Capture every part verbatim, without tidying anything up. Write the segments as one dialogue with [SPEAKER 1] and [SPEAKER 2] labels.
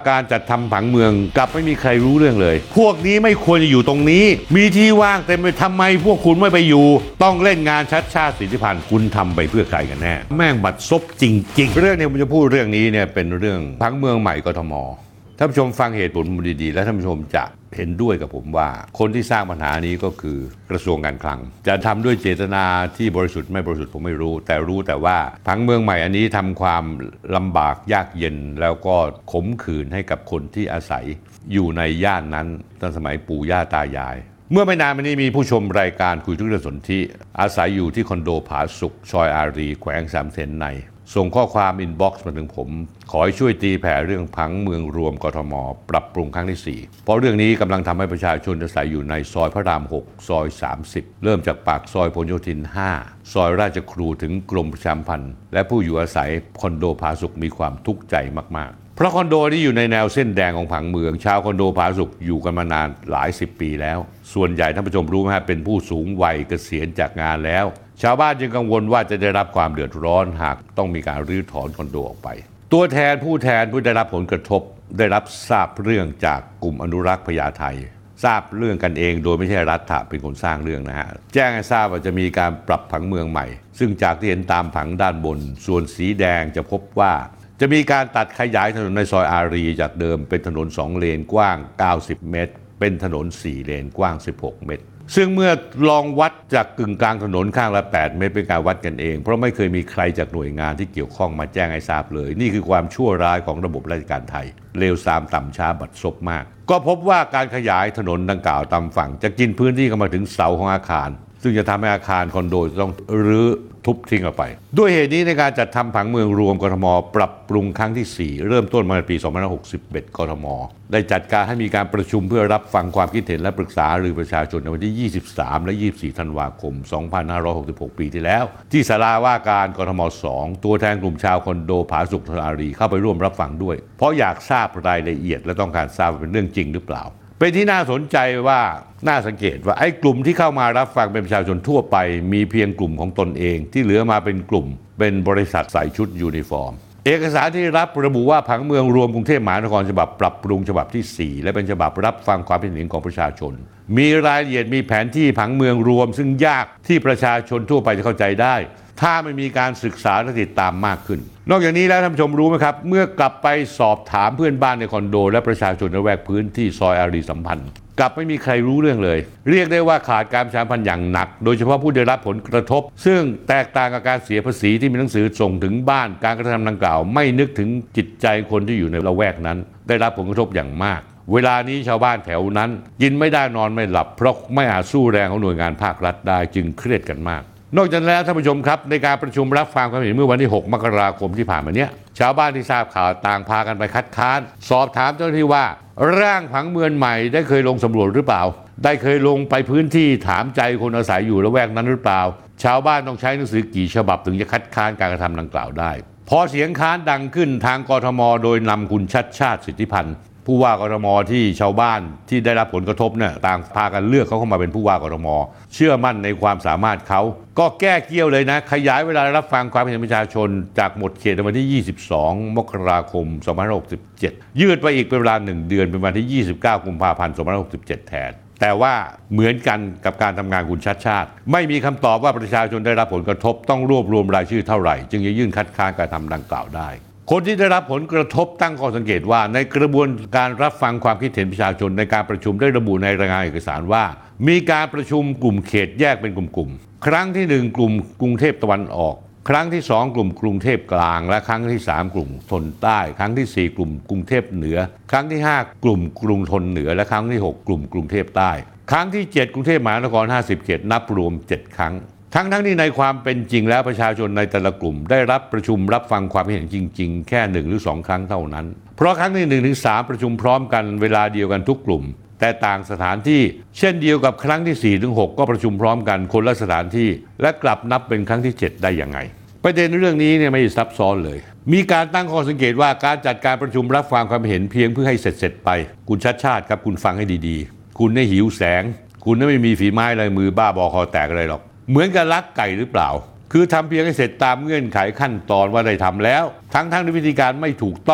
[SPEAKER 1] การจัดทำผังเมืองกลับไม่มีใครรู้เรื่องเลยพวกนี้ไม่ควรจะอยู่ตรงนี้มีที่ว่างเต็มไปทำไมพวกคุณไม่ไปอยู่ต้องเล่นงานชัดชาติสิทธิพันธ์คุณทำไปเพื่อใครกันแน่แม่งบัดซบจริงๆเรื่องนี้ผมจะพูดเรื่องนี้เนี่ยเป็นเรื่องผังเมืองใหม่กทมท่านผู้ชมฟังเหตุผลดีๆและท่านผู้ชมจะเห็นด้วยกับผมว่าคนที่สร้างปัญหานี้ก็คือกระทรวงการคลังจะทำด้วยเจตนาที่บริสุทธิ์ไม่บริสุทธิ์ผมไม่รู้แต่รู้แต่ว่าผังเมืองใหม่อันนี้ทำความลำบากยากเย็นแล้วก็ขมขื่นให้กับคนที่อาศัยอยู่ในย่านนั้นตั้งสมัยปู่ย่าตายายเมื่อไม่นานมานี้มีผู้ชมรายการคุยทุกเรื่องสนธิอาศัยอยู่ที่คอนโดผาสุกซอยอารีแขวงสามเสนในส่งข้อความอินบ็อกซ์มาถึงผมขอให้ช่วยตีแผ่เรื่องผังเมืองรวมกทมปรับปรุงครั้งที่สี่เพราะเรื่องนี้กำลังทำให้ประชาชนอาศัยอยู่ในซอยพระรามหกซอยสามสิบเริ่มจากปากซอยพหลโยธินห้าซอยราชครูถึงกรมประชาสัมพันธ์และผู้อยู่อาศัยคอนโดผาสุกมีความทุกข์ใจมากๆเพราะคอนโดนี้อยู่ในแนวเส้นแดงของผังเมืองชาวคอนโดผาสุกอยู่กันมานานหลายสิบปีแล้วส่วนใหญ่ท่านผู้ชมรู้ไหมครับเป็นผู้สูงวัยเกษียณจากงานแล้วชาวบ้านจึงกังวลว่าจะได้รับความเดือดร้อนหากต้องมีการรื้อถอนคอนโดออกไปตัวแทนผู้แทนผู้ได้รับผลกระทบได้รับทราบเรื่องจากกลุ่มอนุรักษ์พญาไททราบเรื่องกันเองโดยไม่ใช่รัฐเป็นคนสร้างเรื่องนะฮะแจ้งให้ทราบว่าจะมีการปรับผังเมืองใหม่ซึ่งจากที่เห็นตามผังด้านบนส่วนสีแดงจะพบว่าจะมีการตัดขยายถนนในซอยอารีจากเดิมเป็นถนนสองเลนกว้างเก้าสิบเมตรเป็นถนนสี่เลนกว้างสิบหกเมตรซึ่งเมื่อลองวัดจากกึ่งกลางถนนข้างละแปดเมตรเป็นการวัดกันเองเพราะไม่เคยมีใครจากหน่วยงานที่เกี่ยวข้องมาแจ้งให้ทราบเลยนี่คือความชั่วร้ายของระบบราชการไทยเลวทรามต่ำช้าบัดซบมากก็พบว่าการขยายถนนดังกล่าวตามฝั่งจะกินพื้นที่กันมาถึงเสาของอาคารซึ่งจะทำให้อาคารคอนโดต้องรื้อทุบทิ้งออกไปด้วยเหตุนี้ในการจัดทำผังเมืองรวมกทมปรับปรุงครั้งที่สี่เริ่มต้นมาในปีสองพันห้าร้อยหกสิบเอ็ดกทมได้จัดการให้มีการประชุมเพื่อรับฟังความคิดเห็นและปรึกษาหรือประชาชนในวันที่ยี่สิบสามและยี่สิบสี่ธันวาคมสองพันห้าร้อยหกสิบหกปีที่แล้วที่ศาลาว่าการกทมสองตัวแทนกลุ่มชาวคอนโดผาสุกอารีเข้าไปร่วมรับฟังด้วยเพราะอยากทราบรายละเอียดและต้องการทราบว่าเป็นเรื่องจริงหรือเปล่าเป็นที่น่าสนใจว่าน่าสังเกตว่าไอ้กลุ่มที่เข้ามารับฟังเป็นประชาชนทั่วไปมีเพียงกลุ่มของตนเองที่เหลือมาเป็นกลุ่มเป็นบริษัทใส่ชุดยูนิฟอร์มเอกสารที่รับระบุว่าผังเมืองรวมกรุงเทพมหานครฉบับปรับปรุงฉบับที่สี่และเป็นฉบับรับฟังความคิดเห็นของประชาชนมีรายละเอียดมีแผนที่ผังเมืองรวมซึ่งยากที่ประชาชนทั่วไปจะเข้าใจได้ถ้าไม่มีการศึกษาและติดตามมากขึ้นนอกจากนี้แล้วท่านผู้ชมรู้ไหมครับเมื่อกลับไปสอบถามเพื่อนบ้านในคอนโดและประชาชนในแวกพื้นที่ซอยอารีสัมพันธ์กลับไม่มีใครรู้เรื่องเลยเรียกได้ว่าขาดการประชาสัมพันธ์อย่างหนักโดยเฉพาะผู้ได้รับผลกระทบซึ่งแตกต่างกับการเสียภาษีที่มีหนังสือส่งถึงบ้านการกระทำดังกล่าวไม่นึกถึงจิตใจคนที่อยู่ในละแวกนั้นได้รับผลกระทบอย่างมากเวลานี้ชาวบ้านแถวนั้นกินไม่ได้นอนไม่หลับเพราะไม่อาจสู้แรงของหน่วยงานภาครัฐได้จึงเครียดกันมากนอกจากนั้นแล้วท่านผู้ชมครับในการประชุมรับฟังความเห็นเมื่อวันที่หกมกราคมที่ผ่านมาเนี้ยชาวบ้านที่ทราบข่าวต่างพากันไปคัดค้านสอบถามเจ้าหน้าที่ว่าร่างผังเมืองใหม่ได้เคยลงสำรวจหรือเปล่าได้เคยลงไปพื้นที่ถามใจคนอาศัยอยู่ละแวกนั้นหรือเปล่าชาวบ้านต้องใช้หนังสือกี่ฉบับถึงจะคัดค้านการกระทำดังกล่าวได้พอเสียงค้านดังขึ้นทางกทมโดยนำคุณชัดชาติสิทธิพันธ์ผู้ว่ากทมที่ชาวบ้านที่ได้รับผลกระทบเนี่ยต่างพากันเลือกเขาเข้ามาเป็นผู้ว่ากทมเชื่อมั่นในความสามารถเขาก็แก้เกี้ยวเลยนะขยายเวลารับฟังความเห็นประชาชนจากหมดเขตในวันที่ยี่สิบสองมกราคมสองพันห้าร้อยหกสิบเจ็ดยืดไปอีกเป็นเวลาหนึ่งเดือนเป็นวันที่ยี่สิบเก้ากุมภาพันธ์สองพันห้าร้อยหกสิบเจ็ดแทนแต่ว่าเหมือนกันกับการทำงานคุณชัดชาติไม่มีคำตอบว่าประชาชนได้รับผลกระทบต้องรวบรวมรายชื่อเท่าไหร่จึงจะยื่นคัดค้านการทำดังกล่าวได้คนที่ได้รับผลกระทบตั้งข้อสังเกตว่าในกระบวนการรับฟังความคิดเห็นประชาชนในการประชุมได้ระบุในรายงานเอกสารว่ามีการประชุมกลุ่มเขตแยกเป็นกลุ่มๆครั้งที่หนึ่งกลุ่มกรุงเทพตะวันออกครั้งที่สองกลุ่มกรุงเทพกลางและครั้งที่สามกลุ่มทนใต้ครั้งที่สี่กลุ่มกรุงเทพเหนือครั้งที่ห้ากลุ่มกรุงทนเหนือและครั้งที่หกกลุ่มกรุงเทพใต้ครั้งที่เจ็ดกรุงเทพมหานครห้าสิบเขตนับรวมเจ็ดครั้งทั้งทั้งที่ในความเป็นจริงแล้วประชาชนในแต่ละกลุ่มได้รับประชุมรับฟังความเห็นจริงๆแค่หนึ่งหรือสองครั้งเท่านั้นเพราะครั้งที่หนึ่งถึงสามประชุมพร้อมกันเวลาเดียวกันทุกกลุ่มแต่ต่างสถานที่เช่นเดียวกับครั้งที่สี่ถึงหกก็ประชุมพร้อมกันคนละสถานที่และกลับนับเป็นครั้งที่เจ็ดได้ยังไงประเด็นเรื่องนี้เนี่ยไม่ซับซ้อนเลยมีการตั้งข้อสังเกตว่าการจัดการประชุมรับฟังความเห็นเพียงเพื่อให้เสร็จๆไปคุณชัดชาติครับคุณฟังให้ดีๆคุณได้หิวแสงคุณไม่มีฝีไม้ลายมือบ้าบอคอแตกอะไรหรอกเหมือนกับลักไก่หรือเปล่าคือทำเพียงให้เสร็จตามเงื่อนไขขั้นตอนว่าได้ทำแล้วทั้งๆที่วิธีการไม่ถูกต้อง เ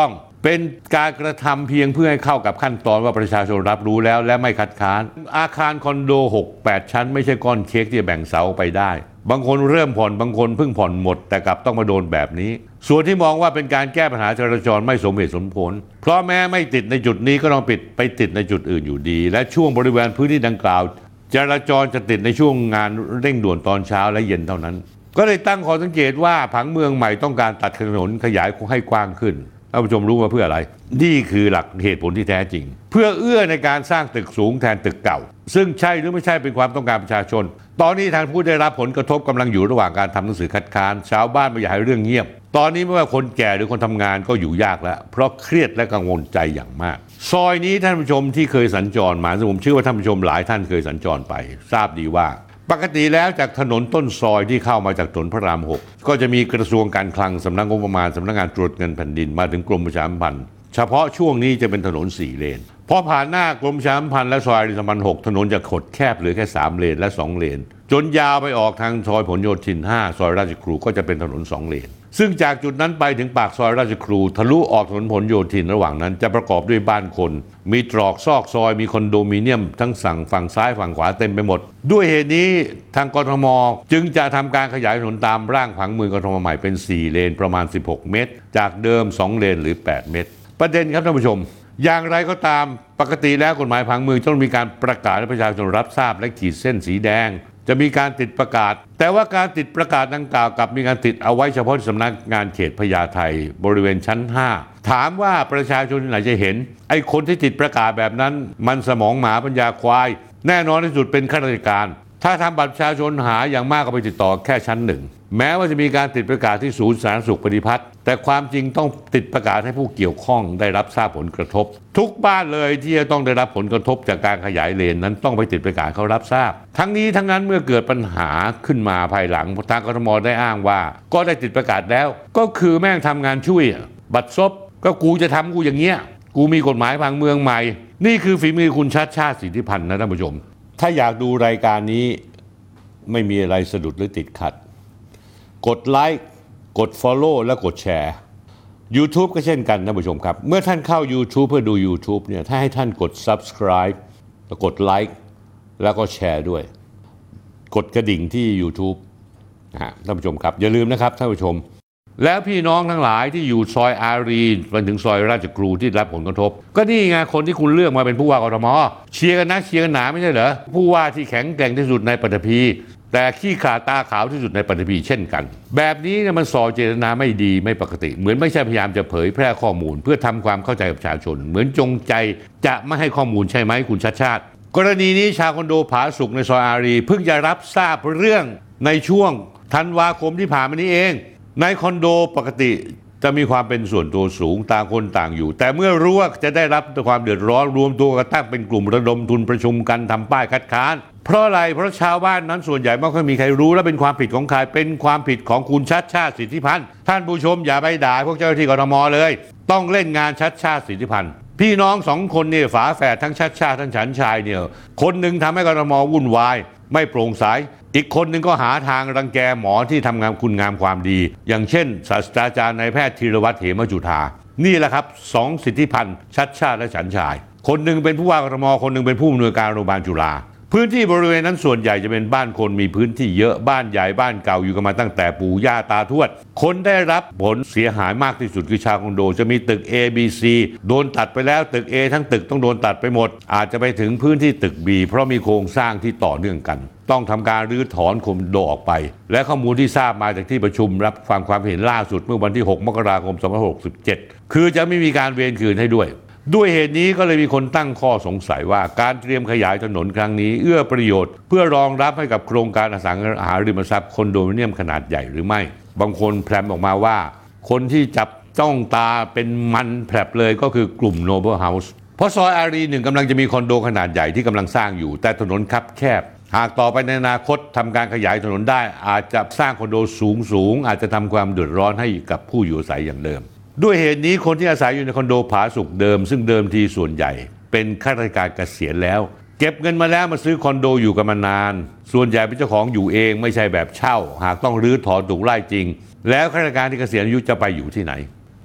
[SPEAKER 1] เป็นการกระทำเพียงเพื่อให้เข้ากับขั้นตอนว่าประชาชนรับรู้แล้วและไม่คัดค้านอาคารคอนโด หกแปด ชั้นไม่ใช่ก้อนเค้กที่จะแบ่งเสาไปได้บางคนเริ่มผ่อนบางคนเพิ่งผ่อนหมดแต่กลับต้องมาโดนแบบนี้ส่วนที่มองว่าเป็นการแก้ปัญหาจราจรไม่สมเหตุสมผลเพราะแม้ไม่ติดในจุดนี้ก็ต้องปิดไปติดในจุดอื่นอยู่ดีและช่วงบริเวณพื้นที่ดังกล่าวจราจรจะติดในช่วงงานเร่งด่วนตอนเช้าและเย็นเท่านั้นก็เลยตั้งข้อสังเกตว่าผังเมืองใหม่ต้องการตัดถนนขยายให้กว้างขึ้นท่านผู้ชมรู้มาเพื่ออะไรนี่คือหลักเหตุผลที่แท้จริงเพื่อเอื้อในการสร้างตึกสูงแทนตึกเก่าซึ่งใช่หรือไม่ใช่เป็นความต้องการประชาชนตอนนี้ทางผู้ได้รับผลกระทบกำลังอยู่ระหว่างการทำหนังสือคัดค้านชาวบ้านไม่อยากให้เรื่องเงียบตอนนี้ไม่ว่าคนแก่หรือคนทำงานก็อยู่ยากแล้วเพราะเครียดและกังวลใจอย่างมากซอยนี้ท่านผู้ชมที่เคยสัญจรมาผมเชื่อว่าท่านผู้ชมหลายท่านเคยสัญจรไปทราบดีว่าปกติแล้วจากถนนต้นซอยที่เข้ามาจากถนนพระรามหกก็จะมีกระทรวงการคลังสำนักงบประมาณสำนักงานตรวจเงินแผ่นดินมาถึงกรมประชาสัมพันธ์เฉพาะช่วงนี้จะเป็นถนนสี่เลนพอผ่านหน้ากรมประชาสัมพันธ์และซอยอารีสัมพันธ์หกถนนจะขดแคบเหลือแค่สามเลนและสองเลนจนยาวไปออกทางซอยผลโยธินห้าซอยราชครูก็จะเป็นถนนสองเลนซึ่งจากจุดนั้นไปถึงปากซอยราชครูทะลุออกถนนผลโยธินระหว่างนั้นจะประกอบด้วยบ้านคนมีตรอกซอกซอยมีคอนโดมิเนียมทั้งฝั่งฝั่งซ้ายฝั่งขวาเต็มไปหมดด้วยเหตุนี้ทางกทมจึงจะทำการขยายถนนตามร่างผังเมืองกทมใหม่เป็นสี่เลนประมาณสิบหกเมตรจากเดิมสองเลนหรือแปดเมตรประเด็นครับท่านผู้ชมอย่างไรก็ตามปกติแล้วกฎหมายผังเมืองต้องมีการประกาศให้ประชาชนรับทราบและขีดเส้นสีแดงจะมีการติดประกาศแต่ว่าการติดประกาศดังกล่าวกับมีการติดเอาไว้เฉพาะสำนักงานเขตพญาไทบริเวณชั้นห้าถามว่าประชาชนที่ไหนจะเห็นไอ้คนที่ติดประกาศแบบนั้นมันสมองหมาปัญญาควายแน่นอนที่สุดเป็นข้าราชการถ้าทำบัตรประชาชนหาอย่างมากก็ไปติดต่อแค่ชั้นหนึ่งแม้ว่าจะมีการติดประกาศที่ศูนย์สาธารณสุขปฏิพัฒน์แต่ความจริงต้องติดประกาศให้ผู้เกี่ยวข้องได้รับทราบผลกระทบทุกบ้านเลยที่จะต้องได้รับผลกระทบจากการขยายเลนนั้นต้องไปติดประกาศเขารับทราบทั้งนี้ทั้งนั้นเมื่อเกิดปัญหาขึ้นมาภายหลังทางกทมได้อ้างว่าก็ได้ติดประกาศแล้วก็คือแม่งทำงานช่วยบัตรซบก็กูจะทำกูอย่างเงี้ยกูมีกฎหมายผังเมืองใหม่นี่คือฝีมือคุณชัดชาติสิทธิพันธ์นะท่านผู้ชมถ้าอยากดูรายการนี้ไม่มีอะไรสะดุดหรือติดขัดกดไลค์กด Follow และกดแชร์ YouTube ก็เช่นกันท่านผู้ชมครับเมื่อท่านเข้า YouTube เพื่อดู YouTube เนี่ยถ้าให้ท่านกด Subscribe แล้วกดไลค์แล้วก็แชร์ด้วยกดกระดิ่งที่ YouTube นะฮะท่านผู้ชมครับอย่าลืมนะครับท่านผู้ชมแล้วพี่น้องทั้งหลายที่อยู่ซอยอารีไปถึงซอยราชครูที่รับผลกระทบก็นี่ไงคนที่คุณเลือกมาเป็นผู้ว่ากทมเชียร์กันนะเชียร์กันหนาไม่ใช่เหรอผู้ว่าที่แข็งแกร่งที่สุดในปฐพีแต่ขี้ขาตาขาวที่สุดในปฐพีเช่นกันแบบนี้เนี่ยมันส่อเจตนาไม่ดีไม่ปกติเหมือนไม่ใช่พยายามจะเผยแพร่ข้อมูลเพื่อทำความเข้าใจกับประชาชนเหมือนจงใจจะไม่ให้ข้อมูลใช่ไหมคุณชัดชาติกรณีนี้ชาวคอนโดผาสุกในซอยอารีเพิ่งจะรับทราบเรื่องในช่วงธันวาคมที่ผ่านมานี้เองในคอนโดปกติจะมีความเป็นส่วนตัวสูงต่างคนต่างอยู่แต่เมื่อรู้ว่าจะได้รับความเดือดร้อนรวมตัวกันตั้งเป็นกลุ่มระดมทุนประชุมกันทำป้ายคัดค้านเพราะอะไรเพราะชาวบ้านนั้นส่วนใหญ่ไม่ค่อยมีใครรู้และเป็นความผิดของใครเป็นความผิดของคุณชัดชาติสิทธิพันธ์ท่านผู้ชมอย่าไปด่าพวกเจ้าหน้าที่กทมเลยต้องเล่นงานชัดชาติสิทธิพันธ์พี่น้องสองคนเนี่ยฝาแฝดทั้งชัดชาติทั้งฉันชายเนี่ยคนหนึ่งทำให้กทมวุ่นวายไม่โปร่งใสอีกคนหนึ่งก็หาทางรังแกหมอที่ทำงานคุณงามความดีอย่างเช่นศาสตราจารย์นายแพทย์ธีรวัตรเหมจุฑานี่แหละครับสองสิทธิพันธ์ชัดชาติและฉันชายคนหนึ่งเป็นผู้ว่ากทมคนหนึ่งเป็นผู้อำนวยการโรงพยาบาลจุฬาพื้นที่บริเวณนั้นส่วนใหญ่จะเป็นบ้านคนมีพื้นที่เยอะบ้านใหญ่บ้านเก่าอยู่กันมาตั้งแต่ปู่ย่าตาทวดคนได้รับผลเสียหายมากที่สุดคือชาวคอนโดจะมีตึก A B C โดนตัดไปแล้วตึก A ทั้งตึกต้องโดนตัดไปหมดอาจจะไปถึงพื้นที่ตึก B เพราะมีโครงสร้างที่ต่อเนื่องกันต้องทำการรื้อถอนคอนโดออกไปและข้อมูลที่ทราบมาจากที่ประชุมรับฟังความเห็นล่าสุดเมื่อวันที่หกมกราคมสองพันห้าร้อยหกสิบเจ็ดคือจะไม่มีการเวรคืนให้ด้วยด้วยเหตุนี้ก็เลยมีคนตั้งข้อสงสัยว่าการเตรียมขยายถนนครั้งนี้เอื้อประโยชน์เพื่อรองรับให้กับโครงการอสังหาริมทรัพย์คอนโดมิเนียมขนาดใหญ่หรือไม่บางคนแพร่มออกมาว่าคนที่จับจ้องตาเป็นมันแผลบเลยก็คือกลุ่ม Noble House เพราะซอยอารีหนึ่งกำลังจะมีคอนโดขนาดใหญ่ที่กำลังสร้างอยู่แต่ถนนคับแคบหากต่อไปในอนาคตทำการขยายถนนได้อาจจะสร้างคอนโดสูงสูงอาจจะทำความเดือดร้อนให้กับผู้อยู่อาศัยอย่างเดิมด้วยเหตุนี้คนที่อาศัยอยู่ในคอนโดผาสุกเดิมซึ่งเดิมทีส่วนใหญ่เป็นข้าราชการเกษียณแล้วเก็บเงินมาแล้วมาซื้อคอนโดอยู่กันมานานส่วนใหญ่เป็นเจ้าของอยู่เองไม่ใช่แบบเช่าหากต้องรื้อถอนถูกไล่จริงแล้วข้าราชการที่เกษียณอายุจะไปอยู่ที่ไหน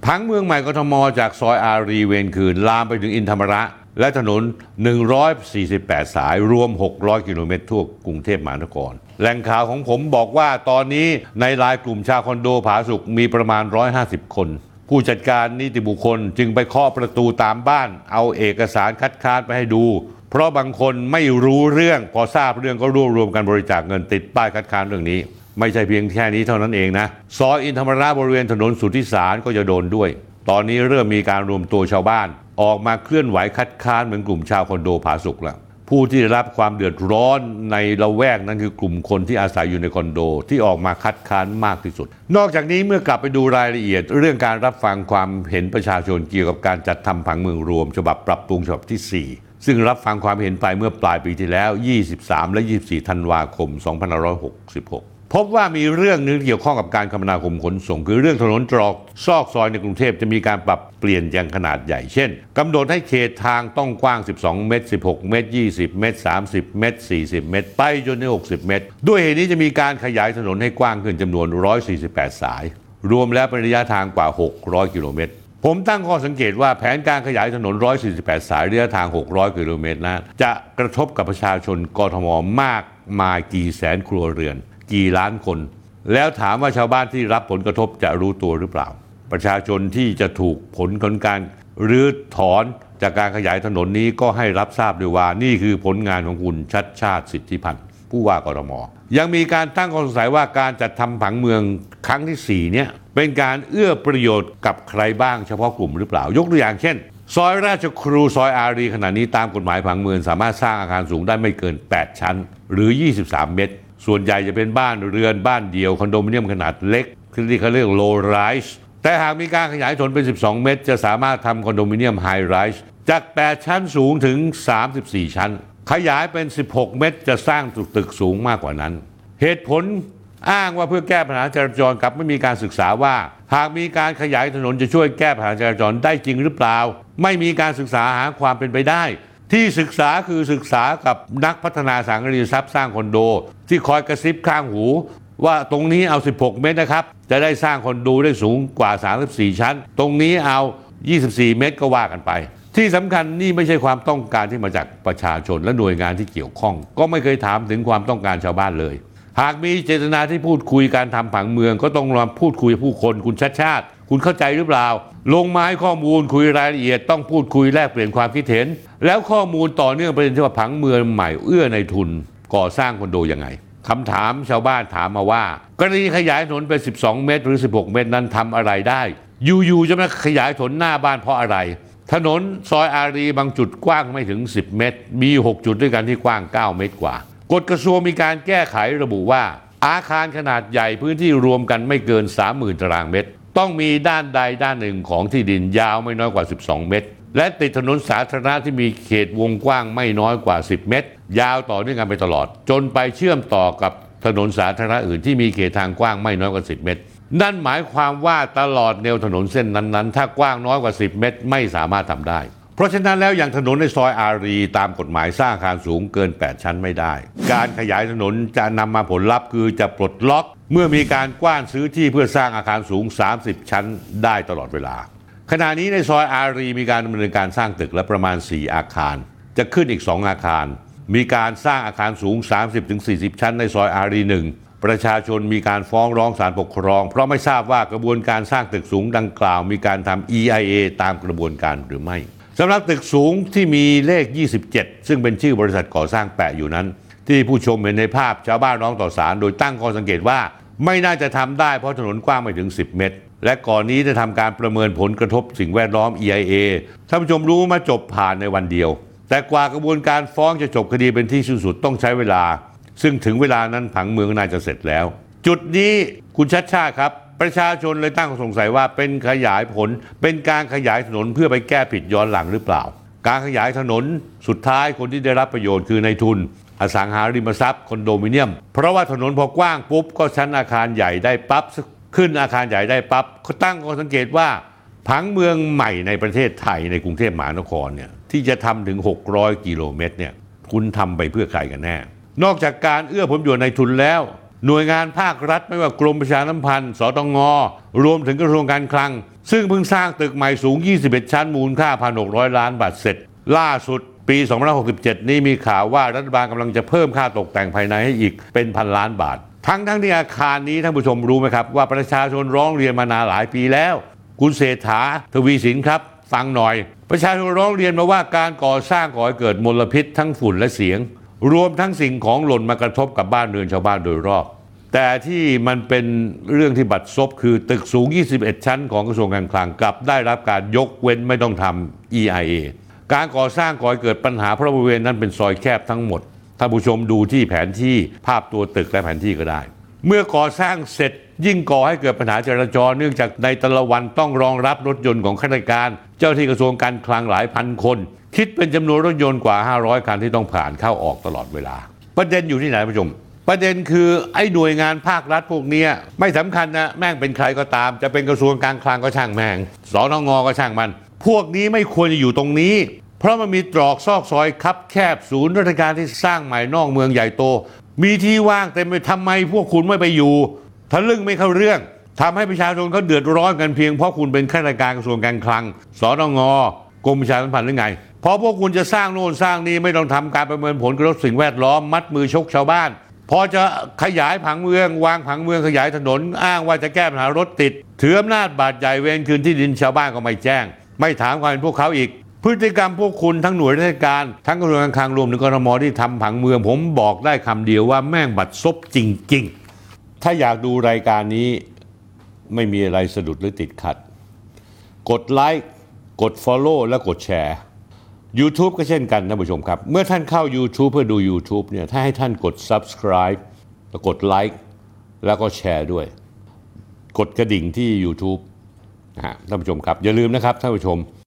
[SPEAKER 1] ผังเมืองใหม่กทมจากซอยอารีเวรคืนลามไปถึงอินธรรมระและถนนหนึ่งร้อยสี่สิบแปดสายรวมหกร้อยกิโลเมตรทั่วกรุงเทพมหานครแหล่งข่าวของผมบอกว่าตอนนี้ในรายกลุ่มชาวคอนโดผาสุกมีประมาณหนึ่งร้อยห้าสิบคนผู้จัดการนิติบุคคลจึงไปเคาะประตูตามบ้านเอาเอกสารคัดค้านไปให้ดูเพราะบางคนไม่รู้เรื่องพอทราบเรื่องก็รวบรวมกันบริจาคเงินติดป้ายคัดค้านเรื่องนี้ไม่ใช่เพียงแค่นี้เท่านั้นเองนะซอยอินธรรมระบริเวณถนนสุทธิสารก็จะโดนด้วยตอนนี้เริ่มมีการรวมตัวชาวบ้านออกมาเคลื่อนไหวคัดค้านเหมือนกลุ่มชาวคอนโดผาสุกแล้วผู้ที่ได้รับความเดือดร้อนในละแวกนั้นคือกลุ่มคนที่อาศัยอยู่ในคอนโดที่ออกมาคัดค้านมากที่สุดนอกจากนี้เมื่อกลับไปดูรายละเอียดเรื่องการรับฟังความเห็นประชาชนเกี่ยวกับการจัดทำผังเมืองรวมฉบับปรับปรุงฉบับที่สี่ซึ่งรับฟังความเห็นไปเมื่อปลายปีที่แล้วยี่สิบสามและยี่สิบสี่ธันวาคมสองพันห้าร้อยหกสิบหกพบว่ามีเรื่องนึงเกี่ยวข้องกับการคมนาคมขนส่งคือเรื่องถนนตรอกซอกซอยในกรุงเทพจะมีการปรับเปลี่ยนอย่างขนาดใหญ่เช่นกำหนดให้เขตทางต้องกว้างสิบสองเมตรสิบหกเมตรยี่สิบเมตรสามสิบเมตรสี่สิบเมตรไปจนถึงหกสิบเมตรด้วยเหตุนี้จะมีการขยายถนนให้กว้างขึ้นจำนวนหนึ่งร้อยสี่สิบแปดสายรวมแล้วเป็นระยะทางกว่าหกร้อยกิโลเมตรผมตั้งข้อสังเกตว่าแผนการขยายถนนหนึ่งร้อยสี่สิบแปดสายระยะทางหกร้อยกิโลเมตรนั้นจะกระทบกับประชาชนกทมมากมายกี่แสนครัวเรือนกี่ล้านคนแล้วถามว่าชาวบ้านที่รับผลกระทบจะรู้ตัวหรือเปล่าประชาชนที่จะถูกผลของการรื้อถอนจากการขยายถนนนี้ก็ให้รับทราบด้วยว่านี่คือผลงานของคุณชัชชาติสิทธิพันธ์ผู้ว่ากทมยังมีการตั้งข้อสงสัยว่าการจัดทำผังเมืองครั้งที่สี่เนี่ยเป็นการเอื้อประโยชน์กับใครบ้างเฉพาะกลุ่มหรือเปล่ายกตัวอย่างเช่นซอยราชครูซอยอารีขณะนี้ตามกฎหมายผังเมืองสามารถสร้างอาคารสูงได้ไม่เกินแปดชั้นหรือยี่สิบสามเมตรส่วนใหญ่จะเป็นบ้านเรือนบ้านเดี่ยวคอนโดมิเนียมขนาดเล็กที่เขาเรียก low rise แต่หากมีการขยายถนนเป็นสิบสองเมตรจะสามารถทำคอนโดมิเนียม high rise จากแปดชั้นสูงถึงสามสิบสี่ชั้นขยายเป็นสิบหกเมตรจะสร้างตึกสูงมากกว่านั้นเหตุผลอ้างว่าเพื่อแก้ปัญหาจราจรกับไม่มีการศึกษาว่าหากมีการขยายถนนจะช่วยแก้ปัญหาจราจรได้จริงหรือเปล่าไม่มีการศึกษาหาความเป็นไปได้ที่ศึกษาคือศึกษากับนักพัฒนาสังหาริมทรัพย์สร้างคอนโดที่คอยกระซิบข้างหูว่าตรงนี้เอาสิบหกเมตรนะครับจะได้สร้างคอนโดได้สูงกว่าสามสิบสี่ชั้นตรงนี้เอายี่สิบสี่เมตรก็ว่ากันไปที่สำคัญนี่ไม่ใช่ความต้องการที่มาจากประชาชนและหน่วยงานที่เกี่ยวข้องก็ไม่เคยถามถึงความต้องการชาวบ้านเลยหากมีเจตนาที่พูดคุยการทำผังเมืองก็ต้องลองพูดคุยกับผู้คนคุณชัดชาติคุณเข้าใจหรือเปล่าลงมาให้ข้อมูลคุยรายละเอียดต้องพูดคุยแลกเปลี่ยนความคิดเห็นแล้วข้อมูลต่อเนื่องประเด็นที่ว่าผังเมืองใหม่เอื้อในทุนก่อสร้างคอนโดยังไงคำถามชาวบ้านถามมาว่ากรณีขยายถนนไปสิบสองเมตรหรือสิบหกเมตรนั้นทำอะไรได้อยู่ๆจะมาขยายถนนหน้าบ้านเพราะอะไรถนนซอยอารีบางจุดกว้างไม่ถึงสิบเมตรมีหกจุดด้วยกันที่กว้างเก้าเมตรกว่ากฎกระทรวงมีการแก้ไขระบุว่าอาคารขนาดใหญ่พื้นที่รวมกันไม่เกิน สามหมื่น ตารางเมตรต้องมีด้านใดด้านหนึ่งของที่ดินยาวไม่น้อยกว่าสิบสองเมตรและติดถนนสาธารณะที่มีเขตวงกว้างไม่น้อยกว่าสิบเมตรยาวต่อเนื่องกันไปตลอดจนไปเชื่อมต่อกับถนนสาธารณะอื่นที่มีเขตทางกว้างไม่น้อยกว่าสิบเมตรนั่นหมายความว่าตลอดแนวถนนเส้นนั้นๆถ้ากว้างน้อยกว่าสิบเมตรไม่สามารถทำได้เพราะฉะนั้นแล้วอย่างถนนในซอยอารีตามกฎหมายสร้างอาคารสูงเกินแปดชั้นไม่ได้การขยายถนนจะนำมาผลลัพธ์คือจะปลดล็อกเมื่อมีการกว้านซื้อที่เพื่อสร้างอาคารสูงสามสิบชั้นได้ตลอดเวลาขณะนี้ในซอยอารีมีการดำเนินการสร้างตึกและประมาณสี่อาคารจะขึ้นอีกสองอาคารมีการสร้างอาคารสูง สามสิบถึงสี่สิบ ชั้นในซอยอารีหนึ่งประชาชนมีการฟ้องร้องศาลปกครองเพราะไม่ทราบว่ากระบวนการสร้างตึกสูงดังกล่าวมีการทำ อี ไอ เอ ตามกระบวนการหรือไม่สำหรับตึกสูงที่มีเลขยี่สิบเจ็ดซึ่งเป็นชื่อบริษัทก่อสร้างแปะอยู่นั้นที่ผู้ชมเห็นในภาพชาวบ้านร้องต่อศาลโดยตั้งข้อสังเกตว่าไม่น่าจะทำได้เพราะถนนกว้างไม่ถึงสิบเมตรและก่อนนี้จะทำการประเมินผลกระทบสิ่งแวดล้อม อี ไอ เอ ท่านผู้ชมรู้มาจบผ่านในวันเดียวแต่กว่ากระบวนการฟ้องจะจบคดีเป็นที่สิ้นสุดต้องใช้เวลาซึ่งถึงเวลานั้นผังเมืองน่าจะเสร็จแล้วจุดนี้คุณชัชชาติครับประชาชนเลยตั้งข้อสงสัยว่าเป็นขยายผลเป็นการขยายถนนเพื่อไปแก้ผิดย้อนหลังหรือเปล่าการขยายถนนสุดท้ายคนที่ได้รับประโยชน์คือในทุนอสังหาริมทรัพย์คอนโดมิเนียมเพราะว่าถนนพอกว้างปุ๊บก็ชั้นอาคารใหญ่ได้ปั๊บขึ้นอาคารใหญ่ได้ปั๊บเขาตั้งข้อสังเกตว่าผังเมืองใหม่ในประเทศไทยในกรุงเทพมหานครเนี่ยที่จะทำถึงหกร้อยกิโลเมตรเนี่ยคุณทำไปเพื่อใครกันแน่นอกจากการเอื้อผลประโยชน์ในทุนแล้วหน่วยงานภาครัฐไม่ว่ากรมประชาสัมพันธ์สตงรวมถึงกระทรวงการคลังซึ่งเพิ่งสร้างตึกใหม่สูงยี่สิบเอ็ดชั้นมูลค่า หนึ่งพันหกร้อย ล้านบาทเสร็จล่าสุดปีสองพันห้าร้อยหกสิบเจ็ดนี้มีข่าวว่ารัฐบาลกำลังจะเพิ่มค่าตกแต่งภายในให้อีกเป็นพันล้านบาททั้งทั้งที่อาคารนี้ท่านผู้ชมรู้ไหมครับว่าประชาชนร้องเรียนมานานหลายปีแล้วคุณเศรษฐาทวีสินครับฟังหน่อยประชาชนร้องเรียนมาว่าการก่อสร้างก่อให้เกิดมลพิษทั้งฝุ่นและเสียงรวมทั้งสิ่งของหล่นมากระทบกับบ้านเรือนชาวบ้านโดยรอบแต่ที่มันเป็นเรื่องที่บัดซบคือตึกสูงยี่สิบเอ็ดชั้นของกระทรวงการคลังกลับได้รับการยกเว้นไม่ต้องทำ อี ไอ เอ การก่อสร้างก่อให้เกิดปัญหาเพราะบริเวณนั้นเป็นซอยแคบทั้งหมดท่านผู้ชมดูที่แผนที่ภาพตัวตึกและแผนที่ก็ได้เมื่อก่อสร้างเสร็จยิ่งก่อให้เกิดปัญหาจราจรเนื่องจากในแต่ละวันต้องรองรับรถยนต์ของข้าราชการเจ้าที่กระทรวงการคลังหลายพันคนคิดเป็นจำนวนรถยนต์กว่าห้าร้อยคันที่ต้องผ่านเข้าออกตลอดเวลาประเด็นอยู่ที่ไหนท่านผู้ชมประเด็นคือไอ้หน่วยงานภาครัฐพวกนี้ไม่สำคัญนะแม่งเป็นใครก็ตามจะเป็นกระทรวงการคลังก็ช่างแม่งสนงก็ช่างมันพวกนี้ไม่ควรจะอยู่ตรงนี้เพราะมันมีตรอกซอกซอยคับแคบศูนย์ราชการที่สร้างใหม่นอกเมืองใหญ่โตมีที่ว่างเต็มไปทำไมพวกคุณไม่ไปอยู่ทะลึ่งไม่เข้าเรื่องทำให้ประชาชนเขาเดือดร้อนกันเพียงเพราะคุณเป็นข้าราชการกระทรวงการคลังสนงกรมประชาสัมพันธ์หรือไงเพราะพวกคุณจะสร้างโน่นสร้างนี้ไม่ต้องทำการประเมินผลกระทบสิ่งแวดล้อมมัดมือชกชาวบ้านพอจะขยายผังเมืองวางผังเมืองขยายถนนอ้างว่าจะแก้ปัญหารถติดถืออำนาจบาดใหญ่เวรคืนที่ดินชาวบ้านก็ไม่แจ้งไม่ถามความเป็นพวกเขาอีกพฤติกรรมพวกคุณทั้งหน่วยราชการทั้งกระทรวงการคลังรวมถึงกทมที่ทำผังเมืองผมบอกได้คำเดียวว่าแม่งบัดซบจริงๆถ้าอยากดูรายการนี้ไม่มีอะไรสะดุดหรือติดขัดกดไลค์กด Follow และกดแชร์ YouTube ก็เช่นกันท่านผู้ชมครับเมื่อท่านเข้า YouTube เพื่อดู YouTube เนี่ยถ้าให้ท่านกด Subscribe แล้วกดไลค์แล้วก็แชร์ด้วยกดกระดิ่งที่ YouTube นะฮะท่านผู้ชมครับอย่าลืมนะครับท่านผู้ชม